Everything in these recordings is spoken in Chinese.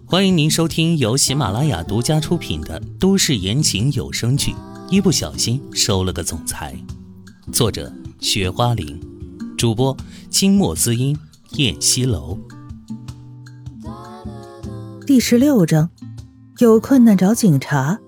欢迎您收听由喜马拉雅独家出品的都市言情有声剧《一不小心收了个总裁》，作者雪花玲，主播清墨滋音、燕西楼。 第16章，有困难找警察。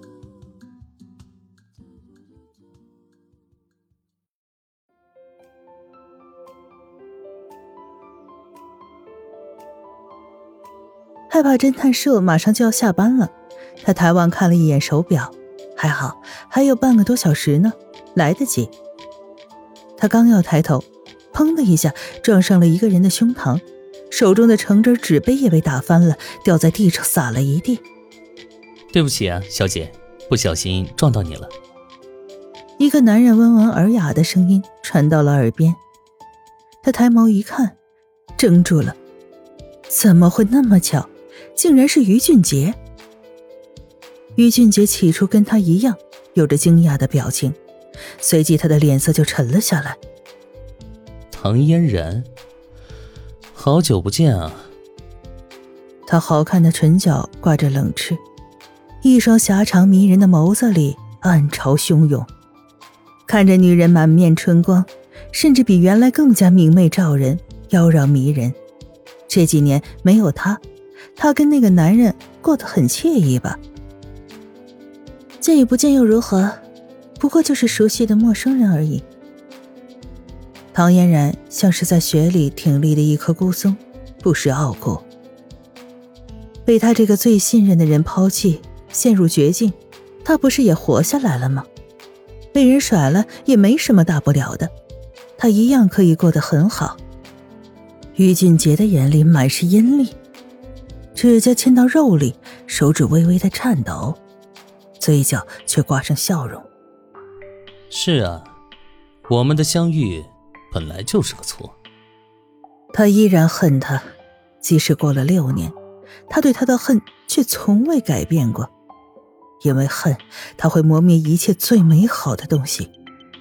害怕侦探社马上就要下班了，他抬望看了一眼手表，还好还有半个多小时呢，来得及。他刚要抬头，砰的一下撞上了一个人的胸膛，手中的橙汁纸杯也被打翻了，掉在地上洒了一地。 对不起啊，小姐，不小心撞到你了。 一个男人温文尔雅的声音传到了耳边。他抬眸一看，怔住了，怎么会那么巧，竟然是于俊杰。于俊杰起初跟他一样有着惊讶的表情，随即他的脸色就沉了下来。 唐嫣然，好久不见啊。 他好看的唇角挂着冷赤，一双狭长迷人的眸子里暗潮汹涌，看着女人满面春光，甚至比原来更加明媚照人，妖娆迷人。这几年没有他跟那个男人过得很惬意吧？见与不见又如何？不过就是熟悉的陌生人而已。唐嫣然像是在雪里挺立的一棵孤松，不失傲骨。被他这个最信任的人抛弃，陷入绝境，他不是也活下来了吗？被人甩了也没什么大不了的，他一样可以过得很好。于俊杰的眼里满是阴戾，指甲嵌到肉里，手指微微的颤抖，嘴角却挂上笑容。 是啊，我们的相遇本来就是个错。 他依然恨他，即使过了6年，他对他的恨却从未改变过，因为恨他会磨灭一切最美好的东西。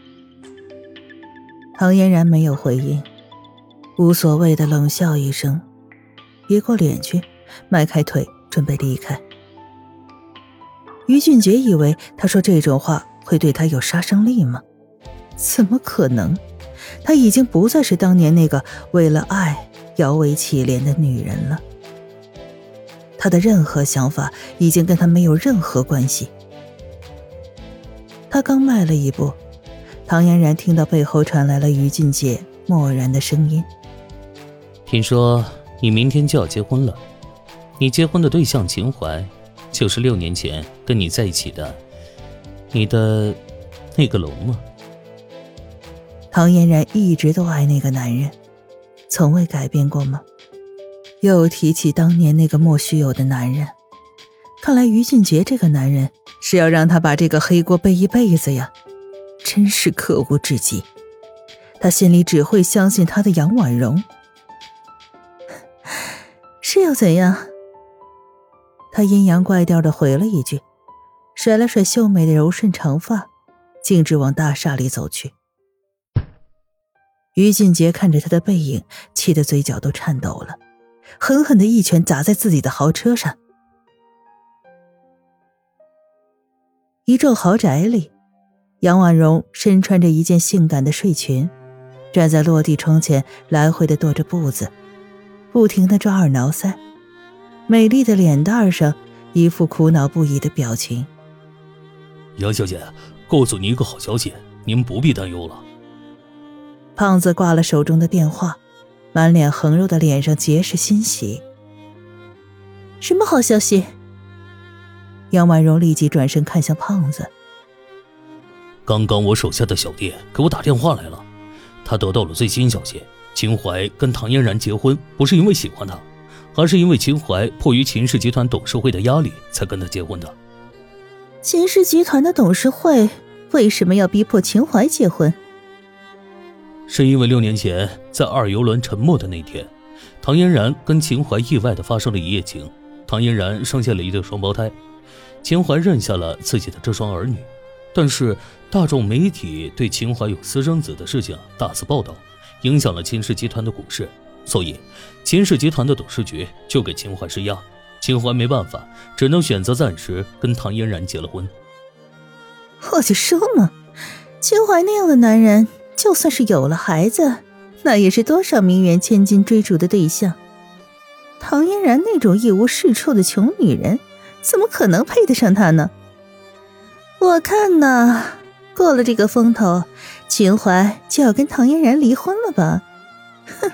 唐嫣然没有回应，无所谓的冷笑一声，别过脸去，迈开腿准备离开。于俊杰以为他说这种话会对他有杀伤力吗？怎么可能？他已经不再是当年那个为了爱摇尾乞怜的女人了。他的任何想法已经跟他没有任何关系。他刚迈了一步，唐嫣然听到背后传来了于俊杰漠然的声音。 听说你明天就要结婚了，你结婚的对象秦淮，就是6年前跟你在一起的，你的那个龙吗？ 唐嫣然一直都爱那个男人，从未改变过吗？又提起当年那个莫须有的男人，看来于俊杰这个男人是要让他把这个黑锅背一辈子呀，真是可恶至极。他心里只会相信他的杨婉容。是要怎样？他阴阳怪调地回了一句，甩了甩秀美的柔顺长发，径直往大厦里走去。于俊杰看着他的背影，气得嘴角都颤抖了，狠狠地一拳砸在自己的豪车上。一幢豪宅里，杨婉容身穿着一件性感的睡裙，站在落地窗前来回地跺着步子，不停地抓耳挠腮，美丽的脸蛋上一副苦恼不已的表情。 杨小姐，告诉你一个好消息，您不必担忧了。 胖子挂了手中的电话，满脸横肉的脸上皆是欣喜。什么好消息？杨婉容立即转身看向胖子。 刚刚我手下的小弟给我打电话来了，他得到了最新消息，秦淮跟唐嫣然结婚不是因为喜欢他，而是因为秦淮迫于秦氏集团董事会的压力才跟他结婚的。 秦氏集团的董事会为什么要逼迫秦淮结婚？ 是因为6年前在二游轮沉没的那天，唐嫣然跟秦淮意外地发生了一夜情，唐嫣然生下了一对双胞胎，秦淮认下了自己的这双儿女。但是大众媒体对秦淮有私生子的事情大肆报道，影响了秦氏集团的股市，所以秦氏集团的董事局就给秦淮施压， 秦淮没办法，只能选择暂时跟唐嫣然结了婚。 我就说嘛，秦淮那样的男人，就算是有了孩子，那也是多少名媛千金追逐的对象。唐嫣然那种一无是处的穷女人，怎么可能配得上他呢？我看呐，过了这个风头，秦淮就要跟唐嫣然离婚了吧？哼！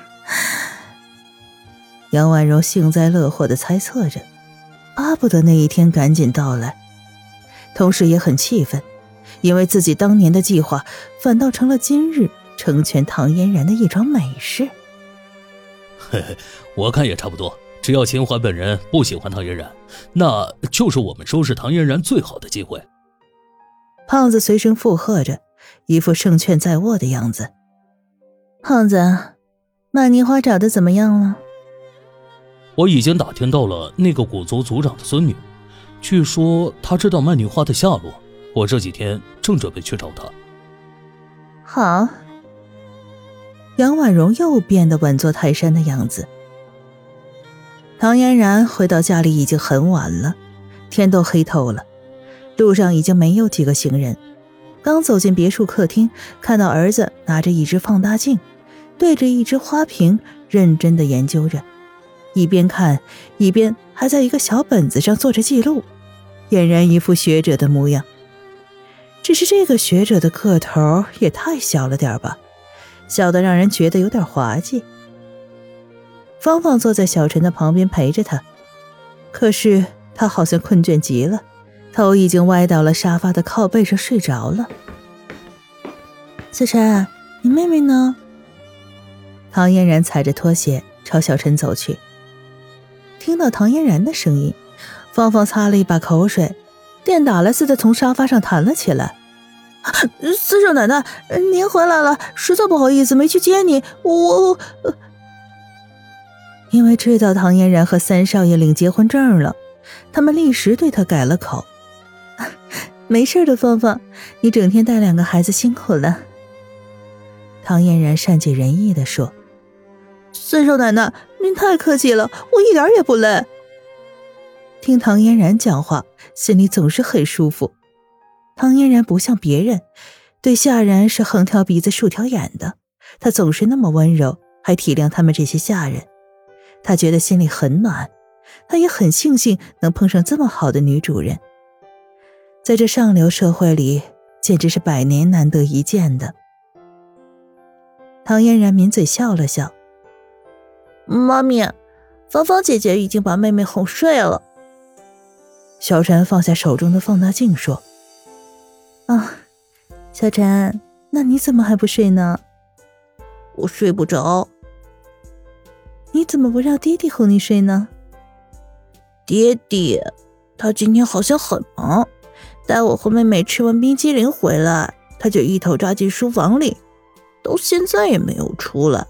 杨婉柔幸灾乐祸地猜测着，巴不得那一天赶紧到来，同时也很气愤，因为自己当年的计划反倒成了今日成全唐嫣然的一桩美事。 嘿嘿，我看也差不多，只要秦淮本人不喜欢唐嫣然，那就是我们收拾唐嫣然最好的机会。 胖子随声附和着，一副胜券在握的样子。胖子，曼妮花找的怎么样了？ 我已经打听到了那个古族族长的孙女，据说她知道曼妮花的下落，我这几天正准备去找她。 好。杨婉容又变得稳坐泰山的样子。唐嫣然回到家里已经很晚了，天都黑透了，路上已经没有几个行人。刚走进别墅客厅，看到儿子拿着一只放大镜，对着一只花瓶认真地研究着，一边看一边还在一个小本子上做着记录，俨然一副学者的模样。只是这个学者的个头也太小了点吧，小得让人觉得有点滑稽。芳芳坐在小陈的旁边陪着他，可是他好像困倦极了，头已经歪到了沙发的靠背上睡着了。小陈，你妹妹呢？唐嫣然踩着拖鞋朝小陈走去。听到唐嫣然的声音，芳芳擦了一把口水，电打了似的从沙发上弹了起来。四少奶奶，您回来了，实在不好意思没去接你，因为知道唐嫣然和三少爷领结婚证了，他们立时对她改了口。没事的，芳芳，你整天带2个孩子辛苦了。唐嫣然善解人意地说。三少奶奶，您太客气了，我一点也不累。听唐嫣然讲话，心里总是很舒服。唐嫣然不像别人，对下人是横挑鼻子竖挑眼的，她总是那么温柔，还体谅他们这些下人。她觉得心里很暖，她也很庆幸能碰上这么好的女主人。在这上流社会里，简直是100年难得一见的。唐嫣然抿嘴笑了笑。妈咪，芳芳姐姐已经把妹妹哄睡了。小陈放下手中的放大镜说。小陈，那你怎么还不睡呢？我睡不着。你怎么不让爹地哄你睡呢？爹地，他今天好像很忙，待我和妹妹吃完冰激凌回来，他就一头扎进书房里，到现在也没有出来。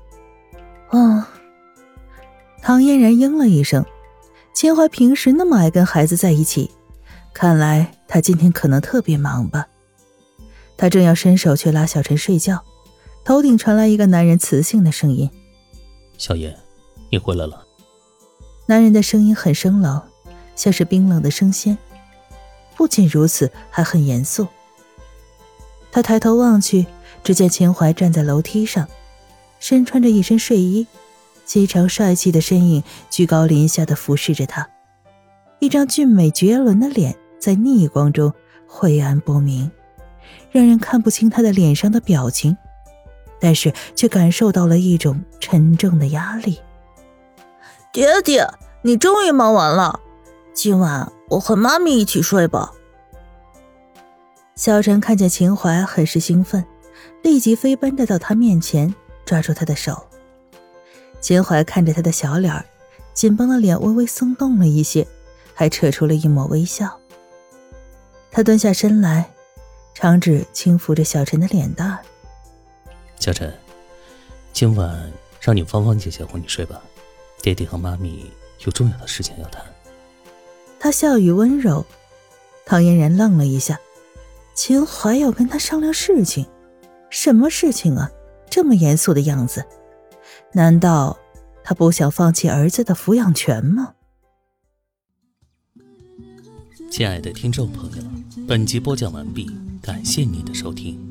唐嫣然应了一声。秦淮平时那么爱跟孩子在一起，看来他今天可能特别忙吧。他正要伸手去拉小陈睡觉，头顶传来一个男人磁性的声音。 小叶，你回来了。 男人的声音很生冷，像是冰冷的生鲜。不仅如此，还很严肃。他抬头望去，只见秦淮站在楼梯上，身穿着一身睡衣，颀长帅气的身影居高临下地俯视着他，一张俊美绝伦的脸在逆光中晦暗不明，让人看不清他的脸上的表情，但是却感受到了一种沉重的压力。爹爹，你终于忙完了，今晚我和妈咪一起睡吧。小陈看见秦淮很是兴奋，立即飞奔着到他面前，抓住他的手。秦淮看着他的小脸，紧绷的脸微微松动了一些，还扯出了一抹微笑。他蹲下身来，长指轻抚着小陈的脸蛋。 小陈，今晚让你芳芳姐姐哄你睡吧，爹地和妈咪有重要的事情要谈。 他笑语温柔。唐嫣然愣了一下，秦淮要跟他商量事情？什么事情啊？这么严肃的样子，难道他不想放弃儿子的抚养权吗？ 亲爱的听众朋友，本集播讲完毕，感谢您的收听。